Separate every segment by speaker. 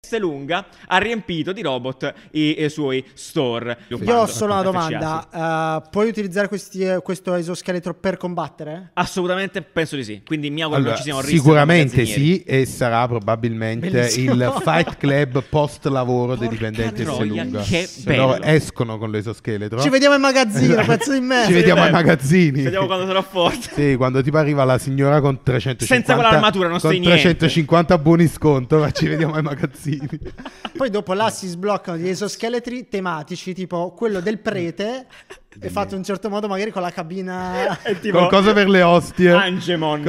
Speaker 1: Lunga ha riempito di robot i suoi store.
Speaker 2: Io ho solo una domanda. Puoi utilizzare questo esoscheletro per combattere?
Speaker 1: Assolutamente, penso di sì. Quindi mi auguro che ci siano
Speaker 3: sicuramente sì, e sarà probabilmente il Fight Club post lavoro dei dipendenti Esselunga.
Speaker 1: Che bello.
Speaker 3: Però escono con l'esoscheletro.
Speaker 2: Ci vediamo in magazzino, pezzo di merda.
Speaker 3: Ci vediamo ai magazzini.
Speaker 1: Ci vediamo quando sarò forte.
Speaker 3: Sì, quando tipo arriva la signora con 350,
Speaker 1: senza quell'armatura non stai niente,
Speaker 3: 350 buoni sconto, ma ci vediamo ai magazzini.
Speaker 2: Poi dopo là si sbloccano gli esoscheletri tematici, tipo quello del prete, è fatto in un certo modo, magari con la cabina,
Speaker 1: tipo
Speaker 3: qualcosa per le ostie,
Speaker 1: Angemon.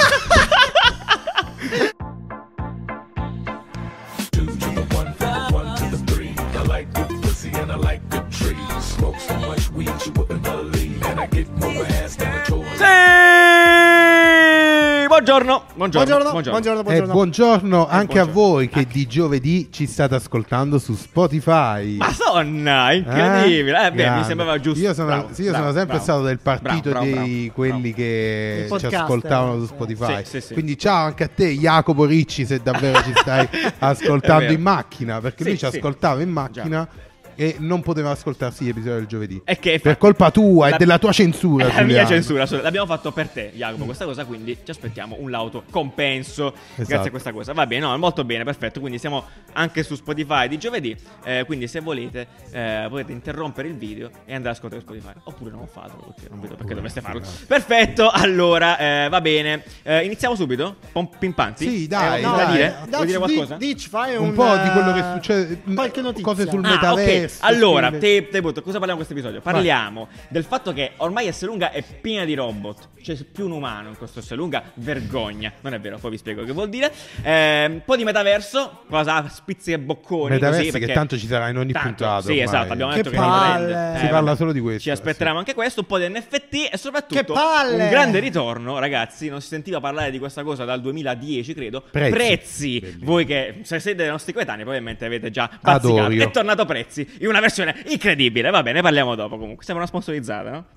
Speaker 3: Buongiorno anche a voi che di giovedì ci state ascoltando su Spotify.
Speaker 1: Madonna, incredibile. Mi sembrava giusto.
Speaker 3: Io sono sempre stato del partito di quelli che ci ascoltavano su Spotify.
Speaker 1: Sì.
Speaker 3: Quindi ciao anche a te, Jacopo Ricci, se davvero ci stai ascoltando in macchina, perché lui ci ascoltava in macchina. E non poteva ascoltarsi gli episodi del giovedì. Per colpa tua e della tua censura.
Speaker 1: La mia censura. L'abbiamo fatto per te, Jacopo, questa cosa. Quindi ci aspettiamo un lauto compenso. Grazie a questa cosa. Va bene, molto bene, perfetto. Quindi siamo anche su Spotify di giovedì. Quindi se volete potete interrompere il video e andare a ascoltare Spotify. Oppure non fatelo, perché non vedo perché dovreste farlo. Perfetto, allora va bene. Iniziamo subito? Pimpanti?
Speaker 3: Sì, dai.
Speaker 1: Vuoi dire qualcosa?
Speaker 2: Dici, fai
Speaker 3: un po' di quello che succede.
Speaker 2: Qualche notizia.
Speaker 3: Cose sul metaverso.
Speaker 1: Allora, cosa parliamo in questo episodio? Parliamo del fatto che ormai Esselunga è piena di robot. C'è più un umano in questo Esselunga. Vergogna. Non è vero, poi vi spiego che vuol dire. Un po' di metaverso. Cosa spizzica e bocconi.
Speaker 3: Metaversi
Speaker 1: così,
Speaker 3: che tanto ci sarà in ogni puntata.
Speaker 1: Sì, esatto. Abbiamo detto che
Speaker 3: si parla solo di questo.
Speaker 1: Ci aspetteremo anche questo. Un po' di NFT e soprattutto un grande ritorno, ragazzi. Non si sentiva parlare di questa cosa dal 2010, credo. Prezzi. Voi che se siete dei nostri coetanei probabilmente avete già bazzicato. È tornato Prezzi in una versione incredibile. Va bene, ne parliamo dopo. Comunque sembra una sponsorizzata, no?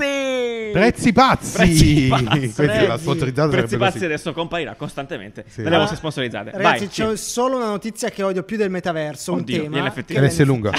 Speaker 1: Prezzi pazzi.
Speaker 3: Questa è la sponsorizzata.
Speaker 1: Prezzi pazzi adesso comparirà costantemente nelle vostre sponsorizzate.
Speaker 2: Ragazzi, c'è solo una notizia che odio più del metaverso. Un tema.
Speaker 3: NFT lunga.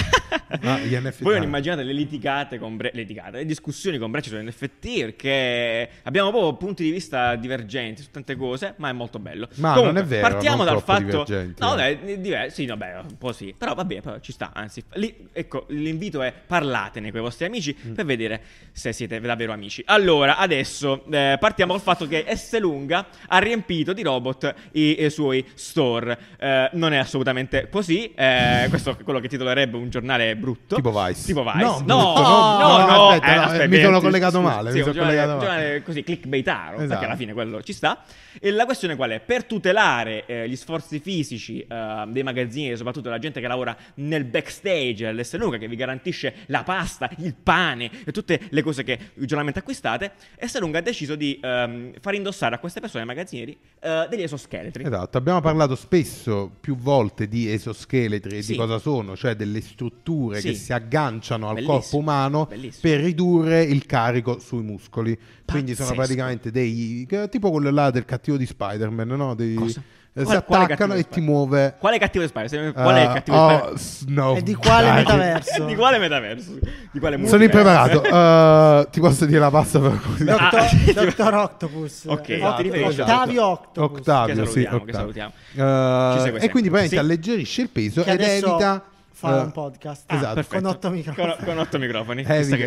Speaker 1: Voi non immaginate le litigate le discussioni con Brecci su NFT, perché abbiamo proprio punti di vista divergenti su tante cose, ma è molto bello.
Speaker 3: Ma comunque, non è vero.
Speaker 1: Partiamo dal fatto.
Speaker 3: No,
Speaker 1: sì, vabbè, un po' sì. Però vabbè, ci sta. Anzi, ecco, l'invito è parlatene con i vostri amici per vedere se siete davvero amici. Allora, adesso partiamo dal fatto che Esselunga ha riempito di robot i suoi store. Non è assolutamente così. Questo è quello che titolerebbe un giornale brutto.
Speaker 3: Tipo Vice.
Speaker 1: No.
Speaker 3: Aspetta, mi sono collegato male.
Speaker 1: Sì, un giornale così clickbaitaro, perché alla fine quello ci sta. E la questione qual è? Per tutelare gli sforzi fisici dei magazzini e soprattutto della gente che lavora nel backstage all'Esselunga, che vi garantisce la pasta, il pane e tutte le cose che giornalmente acquistate, Esselunga ha deciso di far indossare a queste persone magazzinieri degli esoscheletri.
Speaker 3: Esatto, abbiamo parlato spesso, più volte, di esoscheletri e di cosa sono, cioè delle strutture che si agganciano al corpo umano per ridurre il carico sui muscoli. Quindi sono praticamente dei tipo quello là del cattivo di Spider-Man, no? Si attaccano e ti muove.
Speaker 1: Quale cattivo di Spider-Man? Qual è il cattivo di Spider-Man?
Speaker 2: E di quale metaverso?
Speaker 1: Di quale metaverso? Di quale
Speaker 3: sono impreparato. Ti posso dire la pasta per
Speaker 2: Dottor Octopus.
Speaker 1: Ok,
Speaker 2: Ottavio Octopus.
Speaker 3: Ottavio,
Speaker 1: che salutiamo.
Speaker 3: E quindi praticamente alleggerisce il peso ed evita
Speaker 2: fa un podcast
Speaker 3: con
Speaker 2: 8 microfoni.
Speaker 1: Con 8 microfoni.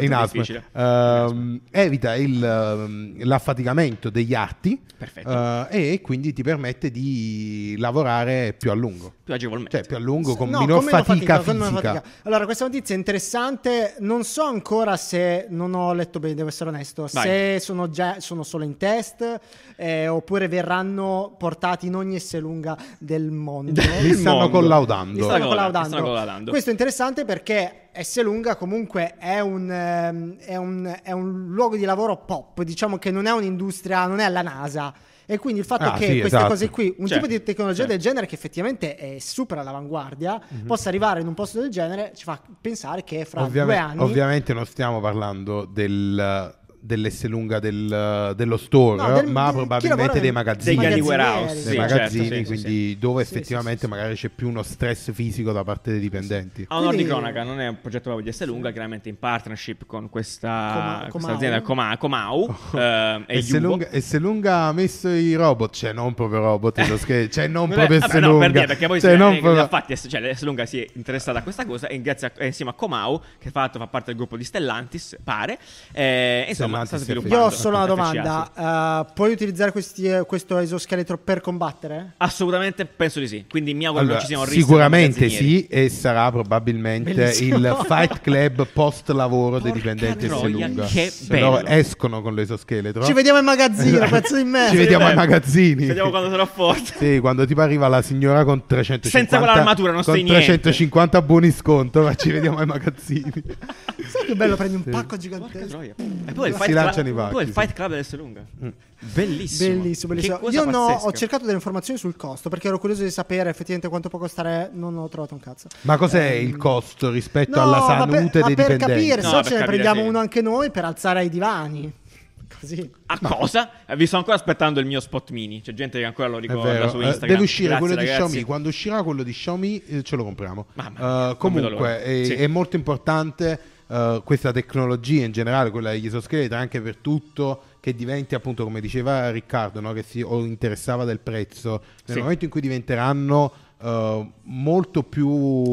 Speaker 3: Evita l'affaticamento degli arti.
Speaker 1: Perfetto.
Speaker 3: E quindi ti permette di lavorare più a lungo.
Speaker 1: Più agevolmente.
Speaker 3: Cioè più a lungo, con minor fatica fisica.
Speaker 2: Allora, questa notizia è interessante. Non so ancora se, non ho letto bene, devo essere onesto, se sono solo in test oppure verranno portati in ogni Esselunga del mondo.
Speaker 3: Li stanno collaudando.
Speaker 2: Questo è interessante perché Esselunga comunque è un luogo di lavoro pop, diciamo che non è un'industria, non è la NASA. E quindi il fatto che queste cose qui, tipo di tecnologia del genere che effettivamente è super all'avanguardia, possa arrivare in un posto del genere, ci fa pensare che fra 2 anni...
Speaker 3: Ovviamente non stiamo parlando dell'S lunga dello store, ma probabilmente dei magazzini,
Speaker 1: degli warehouse,
Speaker 3: dei magazzini, quindi dove effettivamente magari c'è più uno stress fisico da parte dei dipendenti.
Speaker 1: A onor di cronaca, non è un progetto proprio di S lunga, chiaramente in partnership con questa azienda Comau e
Speaker 3: S lunga ha messo i robot, cioè non proprio robot, cioè non proprio S lunga,
Speaker 1: perché poi infatti S lunga si è interessata a questa cosa e insieme a Comau, che fa parte del gruppo di Stellantis, pare, insomma sta sviluppando.
Speaker 2: Io ho solo una domanda, puoi utilizzare questo esoscheletro per combattere?
Speaker 1: Assolutamente, penso di sì, quindi mi auguro non ci siano rischi.
Speaker 3: Sicuramente sì, e sarà probabilmente il Fight Club post lavoro dei dipendenti S lunga.
Speaker 1: Che bello.
Speaker 3: Loro escono con l'esoscheletro.
Speaker 2: Ci vediamo in magazzino, pezzo di merda.
Speaker 3: Ci vediamo ai magazzini.
Speaker 1: Ci vediamo quando sarò forte.
Speaker 3: Sì, quando tipo arriva la signora con 350,
Speaker 1: senza quell'armatura non
Speaker 3: con
Speaker 1: sei
Speaker 3: 350 buoni sconto, ma ci vediamo ai magazzini.
Speaker 2: Sai che bello, prendi un pacco gigantesco
Speaker 1: e poi il Fight Club dell'S lunga. Bellissimo.
Speaker 2: Io ho cercato delle informazioni sul costo perché ero curioso di sapere effettivamente quanto può costare. Non ho trovato un cazzo.
Speaker 3: Ma cos'è il costo rispetto alla salute dei dipendenti?
Speaker 2: Per capire, ce ne prendiamo uno anche noi per alzare ai divani. Così.
Speaker 1: Cosa? Vi sto ancora aspettando il mio spot mini. C'è gente che ancora lo ricorda su Instagram.
Speaker 3: Deve uscire quello di Xiaomi. Quando uscirà quello di Xiaomi ce lo compriamo. Comunque è molto importante questa tecnologia in generale, quella degli esoscheletri, anche per tutto, che diventi appunto, come diceva Riccardo, no? Che si interessava del prezzo. Nel momento in cui diventeranno molto più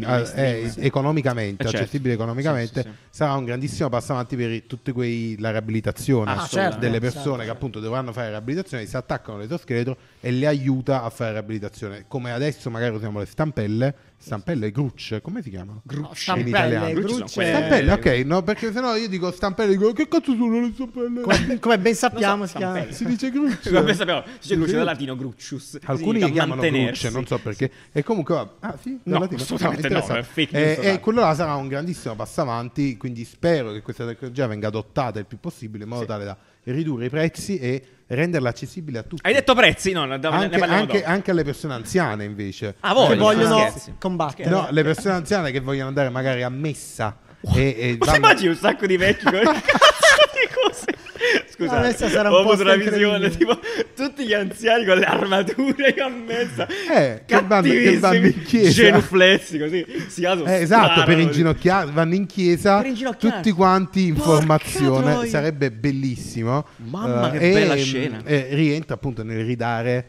Speaker 3: economicamente accessibile economicamente, sarà un grandissimo passo avanti per tutte la riabilitazione delle persone che appunto dovranno fare riabilitazione, si attaccano all'esoscheletro e le aiuta a fare riabilitazione, come adesso magari usiamo le stampelle, grucce, come si chiamano?
Speaker 2: Grucce
Speaker 3: in italiano. Stampelle, ok, no, perché sennò io dico stampelle, dico che cazzo sono le stampelle?
Speaker 2: Come ben sappiamo
Speaker 3: si dice grucce.
Speaker 1: Come ben sappiamo, si dice grucce dal latino gruccius.
Speaker 3: Alcuni le chiamano grucce, non so perché. E comunque
Speaker 1: assolutamente no, è fake news.
Speaker 3: E quello là sarà un grandissimo passo avanti, quindi spero che questa tecnologia venga adottata il più possibile in modo tale da ridurre i prezzi e renderla accessibile a tutti.
Speaker 1: Hai detto prezzi? No,
Speaker 3: anche alle persone anziane invece.
Speaker 2: Che vogliono combattere.
Speaker 3: No, le persone anziane che vogliono andare magari a messa.
Speaker 1: Immagini un sacco di vecchi con cose. Scusate,
Speaker 2: sarà
Speaker 1: ho avuto una visione tipo tutti gli anziani con le armature a mezza
Speaker 3: che vanno in chiesa,
Speaker 1: genuflessi così
Speaker 3: esatto, per inginocchiare, vanno in chiesa tutti quanti in formazione, sarebbe bellissimo.
Speaker 1: Mamma che bella scena.
Speaker 3: Rientra appunto nel ridare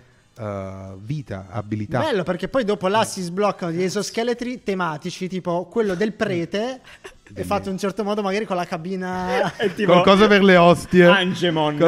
Speaker 3: vita, abilità.
Speaker 2: Bello, perché poi dopo là si sbloccano gli esoscheletri tematici, tipo quello del prete è fatto in un certo modo, magari con la cabina
Speaker 3: tipo qualcosa per le ostie,
Speaker 1: Angemon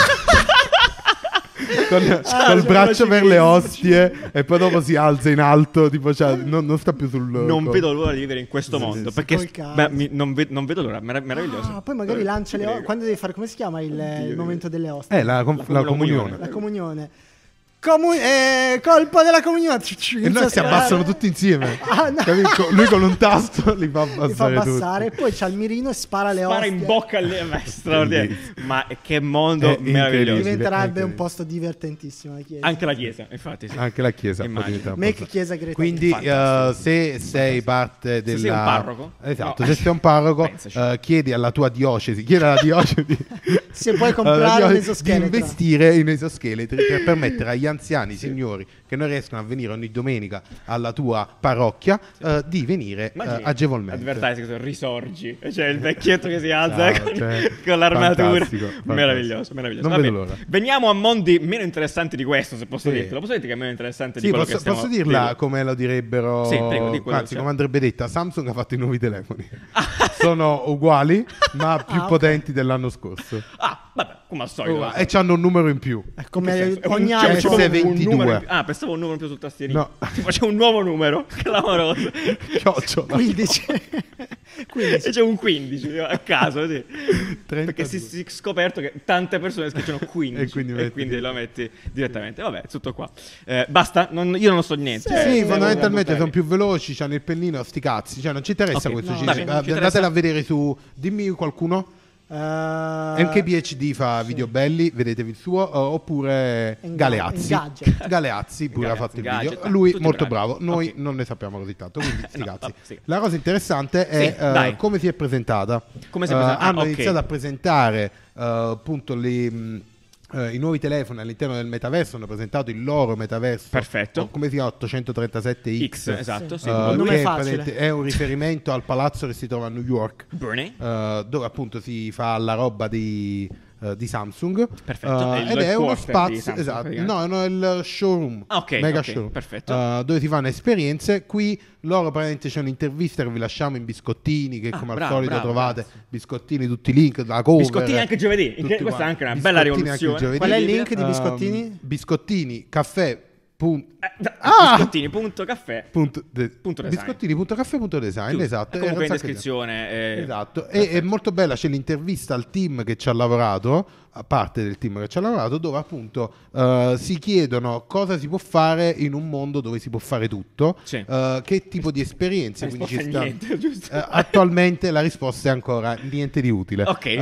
Speaker 3: col braccio per le ostie e poi dopo si alza in alto, tipo, cioè, non sta più sul
Speaker 1: non vedo l'ora di vivere in questo mondo, perché non vedo l'ora, meraviglioso.
Speaker 2: Poi magari lancia le ostie quando devi fare, come si chiama il momento delle ostie?
Speaker 3: La comunione.
Speaker 2: La comunione. Colpo della comunione
Speaker 3: e noi si abbassano tutti insieme. Lui con un tasto li fa abbassare
Speaker 2: e poi c'ha il mirino e spara le ostie,
Speaker 1: in bocca alle straordinario. Ma che mondo meraviglioso.
Speaker 2: Diventerebbe un posto divertentissimo la chiesa.
Speaker 1: Anche la chiesa, infatti
Speaker 3: anche la chiesa
Speaker 2: make chiesa great.
Speaker 3: quindi se sei parte della,
Speaker 1: se sei un parroco,
Speaker 3: esatto, se sei un parroco, chiedi alla tua diocesi,
Speaker 2: se puoi comprare un esoscheletro,
Speaker 3: di investire in esoscheletri per permettere agli anziani signori che non riescono a venire ogni domenica alla tua parrocchia di venire agevolmente.
Speaker 1: Advertising, risorgi, cioè il vecchietto che si alza con l'armatura, meraviglioso.
Speaker 3: Non vedo l'ora.
Speaker 1: Veniamo a mondi meno interessanti di questo, se posso dirtelo. Posso dirti che è meno interessante di quello che stiamo
Speaker 3: posso dirla come lo direbbero,
Speaker 1: anzi
Speaker 3: come andrebbe detta. Samsung ha fatto i nuovi telefoni sono uguali ma più potenti dell'anno scorso.
Speaker 1: Vabbè, come al solito.
Speaker 3: E c'hanno un numero in più.
Speaker 2: Come ogni anno
Speaker 3: c'è 22.
Speaker 1: Pensavo un numero in più sul tastierino. No. C'è un nuovo numero, clamoroso.
Speaker 2: 15.
Speaker 1: E c'è un 15 a caso, sì. Perché si è scoperto che tante persone scrivono 15 e quindi lo metti direttamente. Vabbè, tutto qua. Basta? Io non so niente.
Speaker 3: Sì, fondamentalmente sono più veloci, c'hanno il pennino, sti cazzi. Cioè non ci interessa questo. Andatela a vedere su... Dimmi qualcuno. Anche PhD fa video belli, vedetevi il suo, oppure Galeazzi pure ha fatto il video. Lui molto bravo, noi non ne sappiamo così tanto, quindi sti cazzi. La cosa interessante è come si è presentata. Hanno iniziato a presentare appunto i nuovi telefoni all'interno del metaverso. Hanno presentato il loro metaverso,
Speaker 1: perfetto,
Speaker 3: come si chiama, 837X,
Speaker 1: esatto, sì.
Speaker 3: Che è un riferimento al palazzo che si trova a New York, dove appunto si fa la roba di Samsung.
Speaker 1: Perfetto.
Speaker 3: Ed è uno spazio, esatto, no, è il showroom, mega showroom,
Speaker 1: perfetto.
Speaker 3: Dove si fanno esperienze. Qui loro praticamente c'è un'intervista che vi lasciamo in biscottini, che come al solito trovate biscottini, tutti i link, la cover,
Speaker 1: biscottini anche giovedì, questa è anche una bella rivoluzione.
Speaker 2: Qual è il link di biscottini?
Speaker 3: Biscottini caffè biscottini.caffè.design, esatto,
Speaker 1: comunque in descrizione,
Speaker 3: esatto. È molto bella, c'è l'intervista al team che ci ha lavorato, a parte del team che ci ha lavorato, dove appunto si chiedono cosa si può fare in un mondo dove si può fare tutto, che tipo di esperienze, quindi ci sta niente, attualmente la risposta è ancora niente di utile,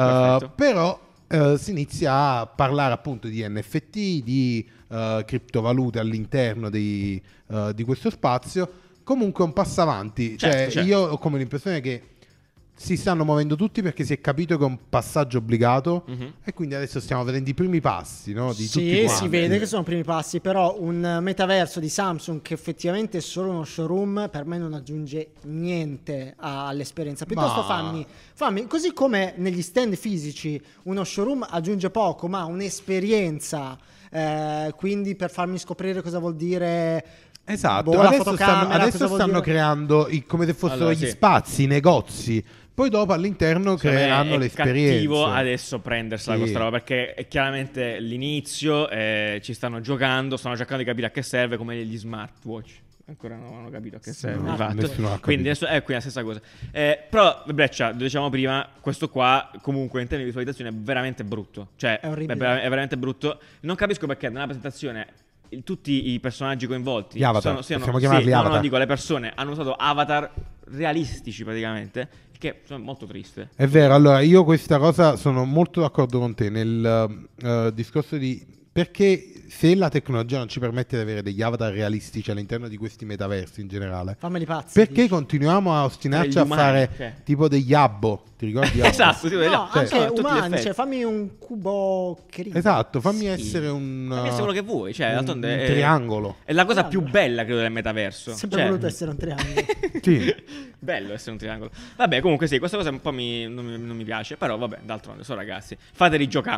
Speaker 3: però si inizia a parlare appunto di NFT, di criptovalute all'interno di questo spazio. Comunque un passo avanti, certo. Io ho come l'impressione che si stanno muovendo tutti perché si è capito che è un passaggio obbligato, e quindi adesso stiamo vedendo i primi passi, no? Di tutti quanti.
Speaker 2: Si vede che sono i primi passi, però un metaverso di Samsung che effettivamente è solo uno showroom per me non aggiunge niente all'esperienza. Piuttosto fammi così come negli stand fisici uno showroom aggiunge poco, ma un'esperienza, quindi per farmi scoprire cosa vuol dire.
Speaker 3: Esatto, adesso stanno creando come se fossero gli spazi, i negozi. Poi dopo all'interno creeranno l'esperienza. È
Speaker 1: cattivo adesso prendersela questa roba, perché è chiaramente l'inizio, ci stanno giocando, stanno cercando di capire a che serve, come gli smartwatch. Ancora non hanno capito a che serve, quindi adesso è qui la stessa cosa. Però Breccia, diciamo prima, questo qua comunque in termini di visualizzazione è veramente brutto. Cioè è veramente brutto. Non capisco perché nella presentazione tutti i personaggi coinvolti
Speaker 3: possiamo chiamarli avatar.
Speaker 1: No, dico, le persone hanno usato avatar realistici praticamente, che sono molto triste.
Speaker 3: È vero, allora io questa cosa sono molto d'accordo con te nel discorso di perché se la tecnologia non ci permette di avere degli avatar realistici all'interno di questi metaversi in generale,
Speaker 2: fammeli pazzi,
Speaker 3: perché continuiamo a ostinarci a fare tipo degli abbo? Ti ricordi?
Speaker 1: Esatto,
Speaker 2: anche umani, cioè fammi un cubo critico.
Speaker 3: Esatto, fammi essere
Speaker 1: fammi essere quello che vuoi, cioè
Speaker 3: un triangolo.
Speaker 1: È la cosa più bella, credo, del metaverso.
Speaker 2: Ho sempre voluto essere un triangolo.
Speaker 3: Sì.
Speaker 1: Bello essere un triangolo. Vabbè, comunque sì, questa cosa un po' non mi piace, però vabbè, d'altronde sono ragazzi. Fateli giocare.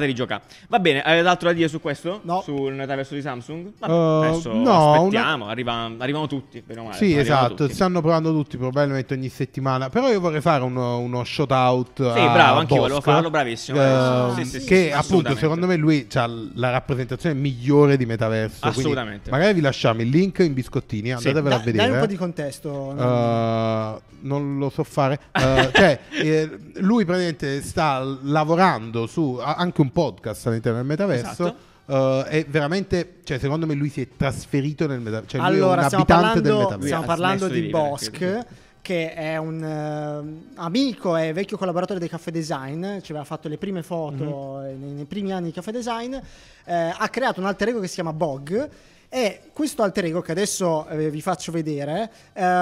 Speaker 1: Va bene, hai d'altro da dire su questo?
Speaker 2: No.
Speaker 1: Sul metaverso di Samsung? Vabbè, adesso aspettiamo, arrivano tutti, bene o male.
Speaker 3: Sì, esatto, stanno provando tutti, probabilmente ogni settimana. Però io vorrei fare uno shout out. Sì,
Speaker 1: bravo, anch'io volevo farlo, bravissimo.
Speaker 3: Che appunto secondo me lui ha la rappresentazione migliore di metaverso.
Speaker 1: Assolutamente.
Speaker 3: Magari vi lasciamo il link in biscottini, andatevela a vedere.
Speaker 2: Dai un po' di contesto.
Speaker 3: Non lo so fare. Lui praticamente sta lavorando su anche un podcast all'interno del metaverso.
Speaker 1: Esatto.
Speaker 3: È veramente, cioè secondo me lui si è trasferito nel metaverso, cioè allora, lui è un abitante del metaverso.
Speaker 2: Stiamo parlando di Bosch, che è un amico e vecchio collaboratore di Caffè Design, ci aveva fatto le prime foto nei primi anni di Caffè Design. Ha creato un alter ego che si chiama Bog, e questo alter ego che adesso vi faccio vedere,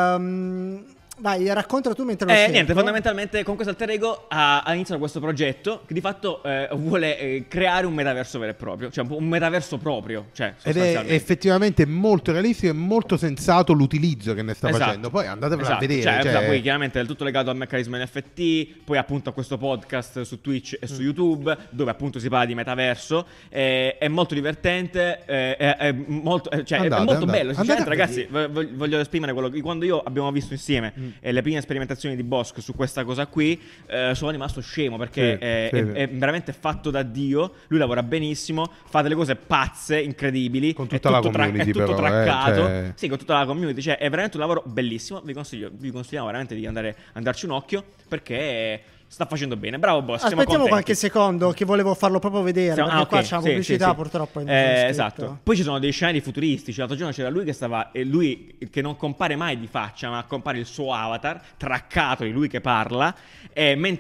Speaker 2: vai, racconta tu mentre lo cerco.
Speaker 1: Niente, fondamentalmente con questo alter ego ha iniziato questo progetto che di fatto vuole creare un metaverso vero e proprio, cioè un metaverso proprio, cioè,
Speaker 3: ed è effettivamente molto realistico e molto sensato l'utilizzo che ne sta facendo. Poi andatevela a vedere,
Speaker 1: cioè, poi chiaramente è tutto legato al meccanismo NFT, poi appunto a questo podcast su Twitch e su YouTube, dove appunto si parla di metaverso. È molto divertente, è molto bello, sinceramente, ragazzi. Voglio esprimere quello che quando abbiamo visto insieme le prime sperimentazioni di Bosch su questa cosa qui, sono rimasto scemo, perché è veramente fatto da Dio. Lui lavora benissimo, fa delle cose pazze, incredibili,
Speaker 3: con tutta la community,
Speaker 1: è tutto traccato, sì, con tutta la community, cioè è veramente un lavoro bellissimo. Vi consigliamo veramente di andarci un occhio, perché sta facendo bene. Bravo Bosch.
Speaker 2: Aspettiamo qualche secondo, che volevo farlo proprio vedere, perché qua c'è una pubblicità, purtroppo
Speaker 1: esatto. Poi ci sono dei scenari futuristici. L'altro giorno c'era lui che non compare mai di faccia, ma compare il suo avatar traccato di lui che parla, mentre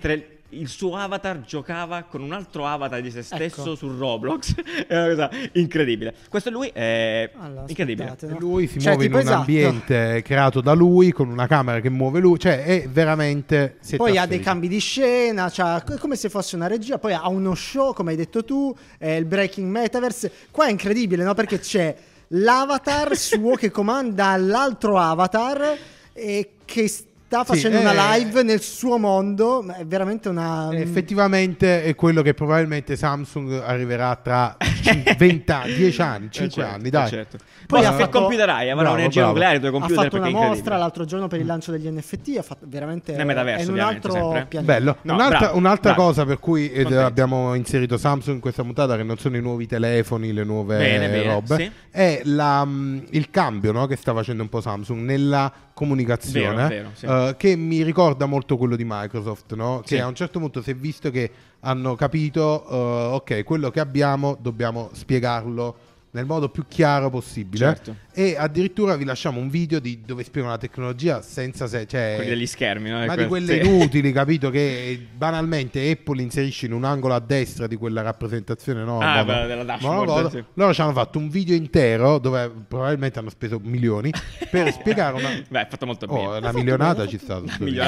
Speaker 1: il suo avatar giocava con un altro avatar di se stesso su Roblox. È una cosa incredibile. Questo è lui, è incredibile.
Speaker 3: No? Lui si muove in un ambiente creato da lui, con una camera che muove lui, cioè è veramente...
Speaker 2: Poi ha dei cambi di scena, cioè, come se fosse una regia, poi ha uno show, come hai detto tu, il Breaking Metaverse. Qua è incredibile, no? Perché c'è l'avatar suo che comanda l'altro avatar e che sta facendo una live nel suo mondo. È veramente una...
Speaker 3: Effettivamente è quello che probabilmente Samsung arriverà tra 20 anni, 10 anni, 5 anni, dai.
Speaker 1: Certo. Poi ha fatto Computer Eye, avrà un'energia nucleare due computer.
Speaker 2: Ha fatto una mostra l'altro giorno per il lancio degli NFT, ha fatto veramente
Speaker 1: nel metaverso,
Speaker 2: è un altro pianeta.
Speaker 3: Bello. Un'altra cosa per cui abbiamo inserito Samsung in questa puntata, che non sono i nuovi telefoni, le nuove robe, è il cambio, no, che sta facendo un po' Samsung nella comunicazione, vero, che mi ricorda molto quello di Microsoft, no? Che a un certo punto si è visto che hanno capito ok, quello che abbiamo dobbiamo spiegarlo nel modo più chiaro possibile, certo. E addirittura vi lasciamo un video dove spiegano la tecnologia senza cioè,
Speaker 1: quelli degli schermi, no?
Speaker 3: Ma di quelle inutili, capito, che banalmente Apple inserisce in un angolo a destra di quella rappresentazione, no?
Speaker 1: Della dashboard, sì.
Speaker 3: Loro ci hanno fatto un video intero dove probabilmente hanno speso milioni per spiegare una...
Speaker 1: Beh, è fatto molto bene.
Speaker 3: Una milionata ci sta.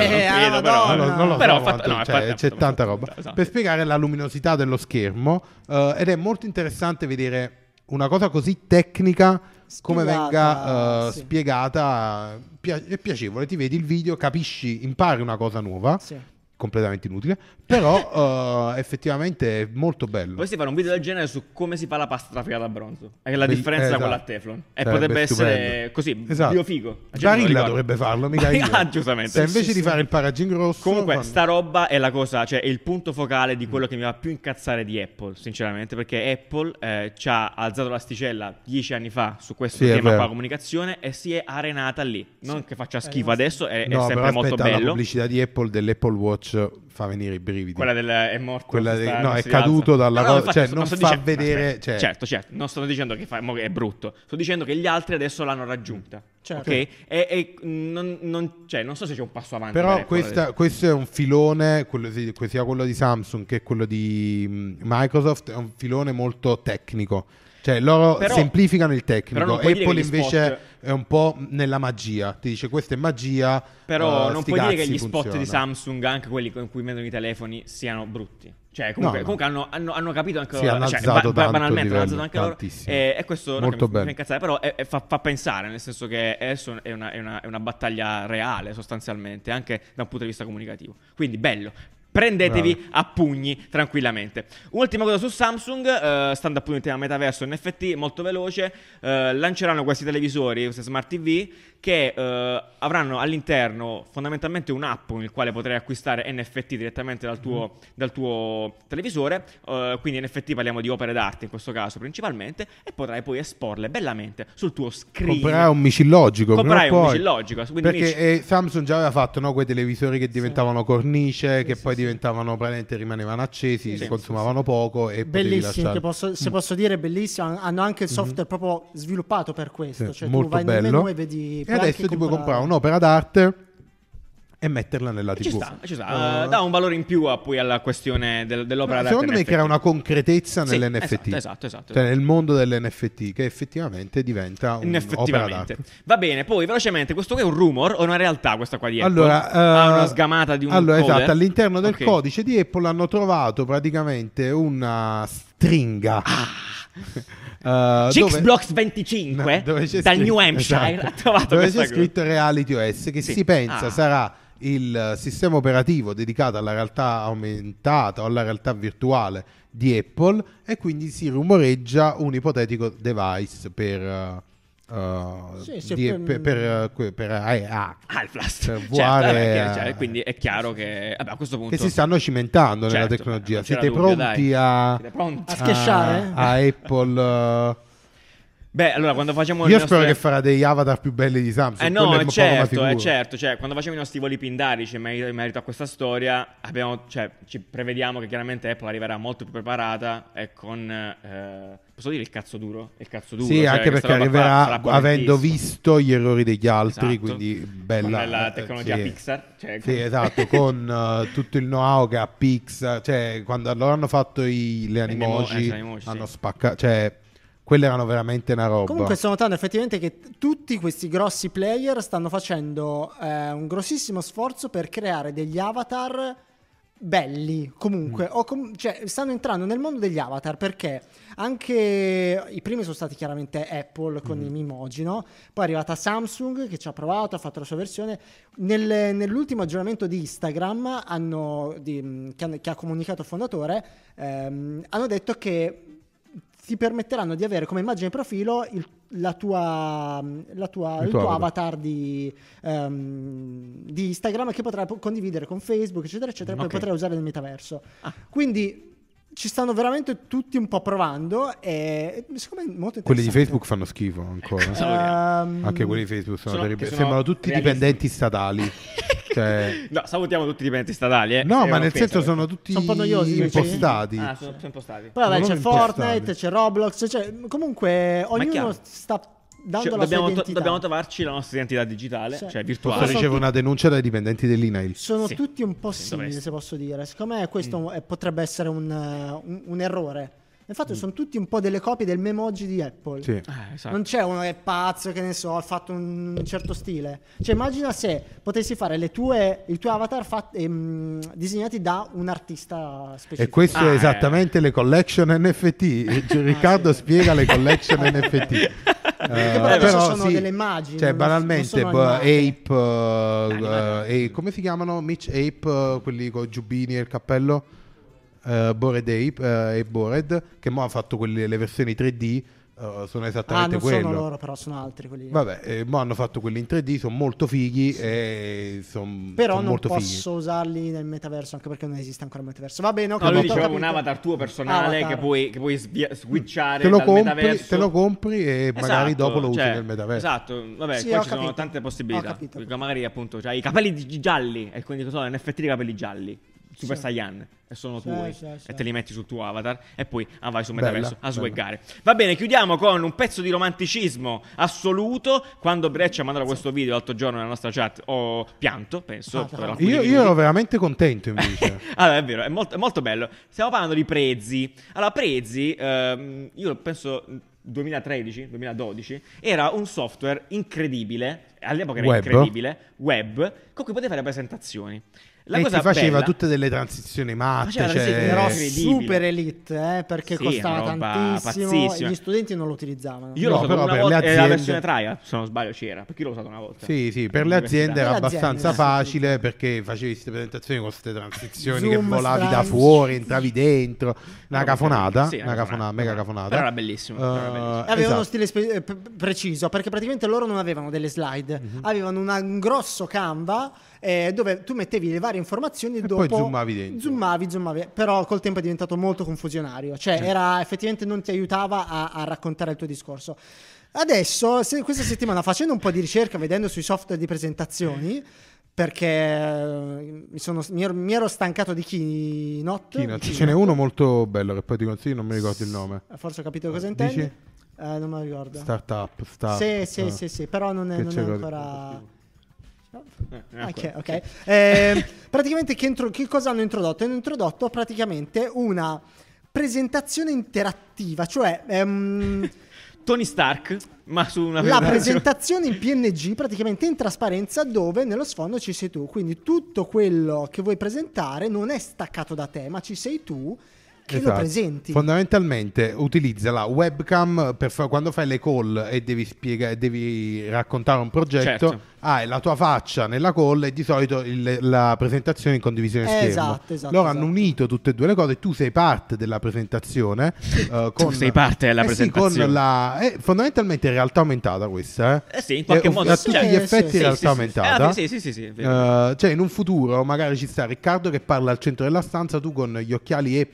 Speaker 3: C'è tanta roba. Esatto. Per spiegare la luminosità dello schermo, ed è molto interessante vedere una cosa così tecnica come venga spiegata. È piacevole, ti vedi il video, capisci, impari una cosa nuova, completamente inutile, però effettivamente è molto bello.
Speaker 1: Potresti fare un video del genere su come si fa la pasta trafficata a bronzo, è la differenza da quella a Teflon, e potrebbe essere così, biofigo.
Speaker 3: Barilla dovrebbe farlo, mica io.
Speaker 1: Giustamente.
Speaker 3: Se invece di fare il paragin grosso,
Speaker 1: comunque sta roba è la cosa, cioè è il punto focale di quello che mi va più incazzare di Apple, sinceramente, perché Apple ci ha alzato l'asticella 10 anni fa su questo tema qua, comunicazione, e si è arenata lì. Non che faccia schifo adesso, è sempre molto bello.
Speaker 3: La pubblicità di Apple dell'Apple Watch fa venire i brividi.
Speaker 1: Quella è morto.
Speaker 3: È caduto dalla cosa, cioè non fa vedere.
Speaker 1: Certo, non sto dicendo che è brutto, sto dicendo che gli altri adesso l'hanno raggiunta.
Speaker 2: Certo.
Speaker 1: Ok? Non so se c'è un passo avanti.
Speaker 3: Però questo è un filone, sia quello di Samsung che quello di Microsoft, è un filone molto tecnico. Cioè loro semplificano il tecnico, Apple invece è un po' nella magia, ti dice questa è magia.
Speaker 1: Però non puoi dire che gli spot di Samsung, anche quelli con cui vendono i telefoni, siano brutti. Cioè comunque hanno capito anche loro,
Speaker 3: hanno alzato
Speaker 1: banalmente hanno alzato anche loro,
Speaker 3: tantissimo.
Speaker 1: E questo
Speaker 3: molto bello.
Speaker 1: Mi fa incazzare, però fa pensare, nel senso che adesso è una battaglia reale sostanzialmente, anche da un punto di vista comunicativo, quindi bello. Prendetevi a pugni tranquillamente. Un'ultima cosa su Samsung, stando appunto in tema metaverso NFT, molto veloce, lanceranno questi televisori, queste smart TV, che avranno all'interno fondamentalmente un'app con il quale potrai acquistare NFT direttamente dal tuo televisore, quindi NFT parliamo di opere d'arte in questo caso principalmente, e potrai poi esporle bellamente sul tuo screen.
Speaker 3: Comprerai un micilogico.
Speaker 1: Perché
Speaker 3: Samsung già aveva fatto, no, quei televisori che diventavano cornice, che poi diventavano, praticamente rimanevano accesi, si consumavano poco e
Speaker 2: bellissimi, se posso dire bellissimo, hanno anche il software proprio sviluppato per questo, cioè
Speaker 3: molto
Speaker 2: tu vai
Speaker 3: bello.
Speaker 2: nel menu e vedi,
Speaker 3: e adesso ti puoi comprare un'opera d'arte e metterla nella TV.
Speaker 1: Ci sta. Dà un valore in più poi alla questione dell'opera d'arte.
Speaker 3: Secondo me crea una concretezza nell'NFT.
Speaker 1: Esatto.
Speaker 3: Cioè nel mondo dell'NFT, che effettivamente diventa un'opera d'arte.
Speaker 1: Va bene, poi velocemente, questo qui è un rumor o una realtà questa qua di Apple?
Speaker 3: Allora,
Speaker 1: ha una sgamata di un cover?
Speaker 3: Esatto, all'interno del codice di Apple hanno trovato praticamente una stringa.
Speaker 1: Xbox 25 dal New Hampshire, ha trovato
Speaker 3: dove c'è scritto Reality OS, che si pensa sarà il sistema operativo dedicato alla realtà aumentata o alla realtà virtuale di Apple, e quindi si rumoreggia un ipotetico device per
Speaker 1: quindi è chiaro che a questo punto
Speaker 3: che si stanno cimentando nella tecnologia. Siete pronti a
Speaker 2: schiacciare
Speaker 3: a Apple
Speaker 1: Beh, allora quando facciamo
Speaker 3: io spero che farà degli avatar più belli di Samsung.
Speaker 1: No, è certo, cioè quando facciamo i nostri voli pindarici in merito a questa storia ci prevediamo che chiaramente Apple arriverà molto più preparata e con posso dire il cazzo duro? Sì,
Speaker 3: cioè, anche perché arriverà avendo visto gli errori degli altri,
Speaker 1: esatto.
Speaker 3: Quindi bella
Speaker 1: con la tecnologia Pixar, cioè,
Speaker 3: sì, esatto, con tutto il know-how che ha Pixar, cioè quando loro hanno fatto le Animoji hanno spaccato, cioè quelle erano veramente una roba.
Speaker 2: Comunque sto notando effettivamente che tutti questi grossi player stanno facendo un grossissimo sforzo per creare degli avatar belli comunque cioè stanno entrando nel mondo degli avatar, perché anche i primi sono stati chiaramente Apple con i Memoji, no? Poi è arrivata Samsung che ci ha provato, ha fatto la sua versione. Nell'ultimo aggiornamento di Instagram che ha comunicato il fondatore, hanno detto che ti permetteranno di avere come immagine profilo il tuo avatar di Instagram, che potrai condividere con Facebook, eccetera, eccetera, poi potrai usare nel metaverso. Quindi ci stanno veramente tutti un po' provando e secondo me è molto interessante.
Speaker 3: Quelli di Facebook fanno schifo ancora. Anche quelli di Facebook sono terribili. Sembrano tutti dipendenti statali. Cioè...
Speaker 1: No, salutiamo tutti i dipendenti statali.
Speaker 3: No, ma nel senso sono tutti
Speaker 2: un po' noiosi,
Speaker 3: impostati.
Speaker 1: Sono impostati.
Speaker 2: Poi vabbè, c'è Fortnite, c'è Roblox, cioè, comunque ognuno sta dando la sua identità.
Speaker 1: Dobbiamo trovarci la nostra identità digitale, cioè virtuale.
Speaker 3: Posso ricevere una denuncia dai dipendenti dell'INAIL.
Speaker 2: Sono tutti un po' simili, se posso dire. Secondo me questo potrebbe essere un errore. Infatti sono tutti un po' delle copie del Memoji di Apple.
Speaker 3: Sì.
Speaker 2: Esatto. Non c'è uno che è pazzo, che ne so, ha fatto un certo stile. Cioè immagina se potessi fare i tuoi avatar disegnati da un artista specifico.
Speaker 3: E questo è esattamente le collection NFT. Riccardo spiega le collection NFT.
Speaker 2: Però sono delle immagini.
Speaker 3: Cioè banalmente Ape come si chiamano? Mitch Ape, quelli con giubbini e il cappello. Bored Ape e Bored, che mo ha fatto le versioni 3D, sono esattamente quello.
Speaker 2: Non sono loro, però sono altri quelli.
Speaker 3: Vabbè, mo hanno fatto quelli in 3D, sono molto fighi e
Speaker 2: però
Speaker 3: non
Speaker 2: molto posso
Speaker 3: fighi.
Speaker 2: Usarli nel metaverso, anche perché non esiste ancora il metaverso. Va bene,
Speaker 1: lui diceva un avatar tuo personale che puoi switchare
Speaker 3: dal
Speaker 1: metaverso.
Speaker 3: Te lo compri e magari dopo lo usi nel metaverso.
Speaker 1: Esatto, vabbè, poi ci sono tante possibilità. Magari appunto c'hai i capelli gialli e quindi sono NFT di capelli gialli. Super Saiyan e sono tuoi e te li metti sul tuo avatar e poi vai sul metaverso a swaggare. Va bene, chiudiamo con un pezzo di romanticismo assoluto. Quando Breccia ha mandato questo video l'altro giorno nella nostra chat ho pianto, penso.
Speaker 3: Io ero veramente contento invece.
Speaker 1: Allora è vero, è molto bello. Stiamo parlando di Prezi. Allora Prezi, io penso 2013-2012 era un software incredibile, all'epoca era incredibile, web, con cui potevi fare presentazioni.
Speaker 3: Ti faceva tutte delle transizioni matte,
Speaker 2: però super elite, perché costava tantissimo e gli studenti non lo utilizzavano.
Speaker 1: Io l'ho usato una volta, la versione trial, se non sbaglio c'era, perché io l'ho usato una volta.
Speaker 3: Sì, per le aziende era abbastanza facile, perché facevi queste presentazioni con queste transizioni che volavi da fuori, entravi dentro, una cafonata, mega cafonata.
Speaker 1: Però era bellissimo.
Speaker 2: Aveva uno stile preciso, perché praticamente loro non avevano delle slide, avevano un grosso Canva dove tu mettevi le varie informazioni e dopo
Speaker 3: poi zoomavi dentro.
Speaker 2: Zoomavi, però col tempo è diventato molto confusionario, cioè era effettivamente non ti aiutava a raccontare il tuo discorso. Adesso questa settimana, facendo un po' di ricerca, vedendo sui software di presentazioni, perché mi ero stancato di Keynote.
Speaker 3: Ce n'è uno molto bello che poi ti consiglio, non mi ricordo il nome.
Speaker 2: Forse ho capito cosa intendi. Non me lo ricordo.
Speaker 3: Startup.
Speaker 2: Sì, però non è ancora... Ok. Praticamente che cosa hanno introdotto? Hanno introdotto praticamente una presentazione interattiva, cioè
Speaker 1: Tony Stark, ma su una
Speaker 2: la presentazione in PNG praticamente in trasparenza, dove nello sfondo ci sei tu, quindi tutto quello che vuoi presentare non è staccato da te, ma ci sei tu che lo presenti.
Speaker 3: Fondamentalmente utilizza la webcam per quando fai le call e devi raccontare un progetto, hai la tua faccia nella call e di solito la presentazione in condivisione schermo.
Speaker 2: Esatto.
Speaker 3: Loro hanno unito tutte e due le cose, tu sei parte della presentazione.
Speaker 1: Tu sei parte della presentazione.
Speaker 3: Fondamentalmente in realtà aumentata questa.
Speaker 1: Sì, in qualche modo.
Speaker 3: A tutti gli effetti in realtà aumentata.
Speaker 1: Sì.
Speaker 3: Cioè in un futuro magari ci sta Riccardo che parla al centro della stanza, tu con gli occhiali Apple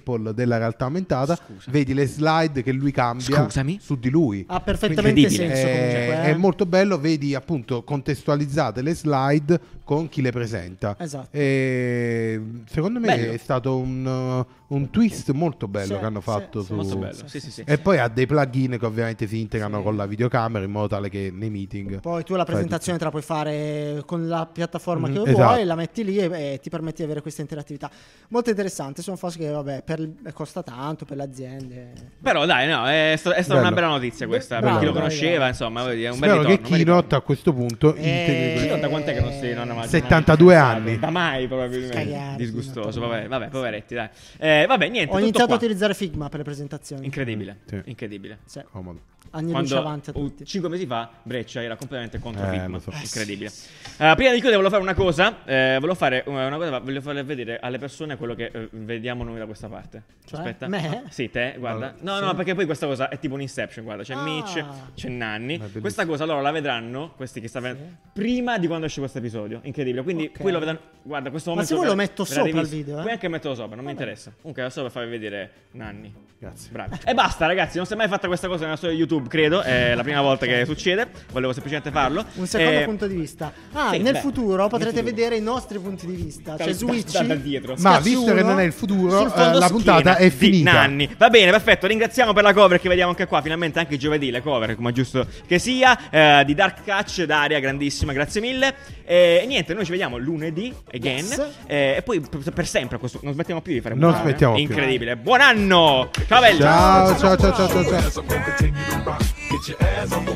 Speaker 3: della realtà aumentata. Vedi le slide che lui cambia su di lui.
Speaker 2: Ha perfettamente senso comunque,
Speaker 3: è molto bello, vedi appunto contestualizzate le slide con chi le presenta.
Speaker 2: Esatto.
Speaker 3: E secondo me è stato un twist molto bello che hanno fatto su...
Speaker 1: molto bello.
Speaker 3: E poi ha dei plugin che ovviamente si integrano con la videocamera in modo tale che nei meeting
Speaker 2: poi tu la presentazione te la puoi fare con la piattaforma che vuoi, la metti lì e ti permetti di avere questa interattività molto interessante. Sono cose che vabbè costa tanto per le aziende,
Speaker 1: però dai, no, è stata una bella notizia questa per chi lo conosceva, insomma, è un bel ritorno.
Speaker 3: Che Keynote a questo punto
Speaker 1: Keynote da quant'è che non
Speaker 3: 72 anni
Speaker 1: da mai probabilmente disgustoso, vabbè poveretti, dai. Vabbè, niente,
Speaker 2: ho iniziato a utilizzare Figma per le presentazioni.
Speaker 1: Incredibile.
Speaker 2: Sì.
Speaker 3: Comodo.
Speaker 2: Anni luce avanti a tutti.
Speaker 1: 5 mesi fa Breccia era completamente contro Figma. Incredibile. Prima di chiudere volevo fare una cosa. Volevo far vedere alle persone quello che vediamo noi da questa parte.
Speaker 2: Cioè?
Speaker 1: Aspetta.
Speaker 2: Me?
Speaker 1: Sì, te, guarda. No, perché poi questa cosa è tipo un Inception, guarda. C'è Mitch, c'è Nanni. Questa cosa loro la vedranno, questi che stanno prima di quando esce questo episodio. Incredibile. Quindi poi lo vedranno. Guarda, questo momento.
Speaker 2: Ma se vuoi lo metto sopra il video,
Speaker 1: puoi anche metterlo sopra, non mi interessa. Comunque era solo per farvi vedere Nanni.
Speaker 3: Grazie.
Speaker 1: Bravi. E basta, ragazzi, non si è mai fatta questa cosa nella storia di YouTube, credo. È la prima volta che succede. Volevo semplicemente farlo.
Speaker 2: Un secondo punto di vista. Nel futuro potrete vedere i nostri punti di vista. Cioè Switch
Speaker 1: da dietro.
Speaker 3: Ma visto che non è il futuro, la puntata è finita.
Speaker 1: Nanni. Va bene, perfetto. Ringraziamo per la cover che vediamo anche qua. Finalmente anche giovedì le cover, come è giusto che sia. Di Dark Catch, Daria, grandissima, grazie mille. E niente, noi ci vediamo lunedì again. E poi per sempre non smettiamo più di fare
Speaker 3: non smettiamo più.
Speaker 1: Incredibile. Buon anno. Ciao belli.
Speaker 3: Ciao.